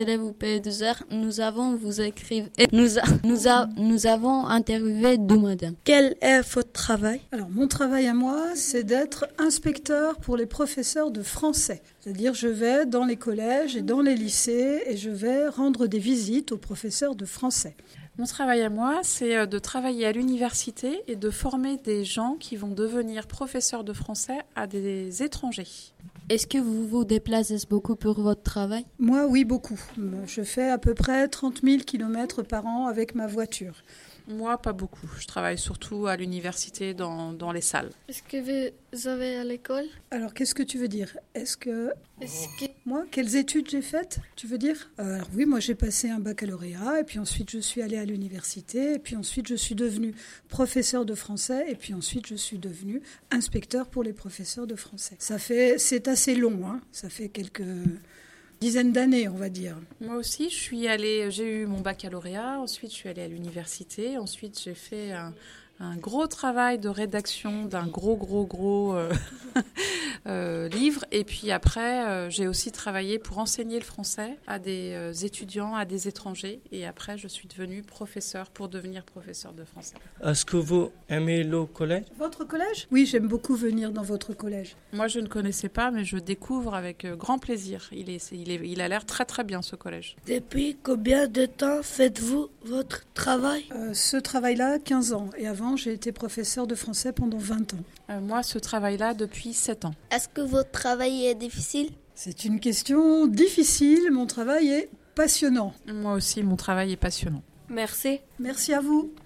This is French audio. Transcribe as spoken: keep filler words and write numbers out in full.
Élèves au P deux R, nous avons vous écrire et nous, a, nous, a, nous avons interviewé deux madames. Quel est votre travail? Alors, mon travail à moi, c'est d'être inspecteur pour les professeurs de français. C'est-à-dire, je vais dans les collèges et dans les lycées et je vais rendre des visites aux professeurs de français. Mon travail à moi, c'est de travailler à l'université et de former des gens qui vont devenir professeurs de français à des étrangers. Est-ce que vous vous déplacez beaucoup pour votre travail? Moi, oui, beaucoup. Je fais à peu près trente mille kilomètres par an avec ma voiture. Moi, pas beaucoup. Je travaille surtout à l'université, dans, dans les salles. Est-ce que vous avez à l'école? Alors, qu'est-ce que tu veux dire? Est-ce que... Est-ce que... Moi, quelles études j'ai faites, tu veux dire? euh, Alors oui, moi j'ai passé un baccalauréat, et puis ensuite je suis allée à l'université, et puis ensuite je suis devenue professeure de français, et puis ensuite je suis devenue inspecteur pour les professeurs de français. Ça fait... C'est assez long, hein. Ça fait quelques... dizaine d'années, on va dire. Moi aussi, je suis allée, j'ai eu mon baccalauréat, ensuite je suis allée à l'université, ensuite j'ai fait un, un gros travail de rédaction d'un gros, gros, gros euh, euh, livre. Et puis après, euh, j'ai aussi travaillé pour enseigner le français à des euh, étudiants, à des étrangers. Et après, je suis devenue professeure pour devenir professeure de français. Est-ce que vous aimez le collège? Votre collège? Oui, j'aime beaucoup venir dans votre collège. Moi, je ne connaissais pas, mais je découvre avec grand plaisir. Il, est, il, est, il a l'air très, très bien, ce collège. Depuis combien de temps faites-vous votre travail? euh, Ce travail-là, quinze ans. Et avant, j'ai été professeur de français pendant vingt ans. Euh, moi, ce travail-là, depuis sept ans. Est-ce que votre travail est difficile? C'est une question difficile. Mon travail est passionnant. Moi aussi, mon travail est passionnant. Merci. Merci à vous.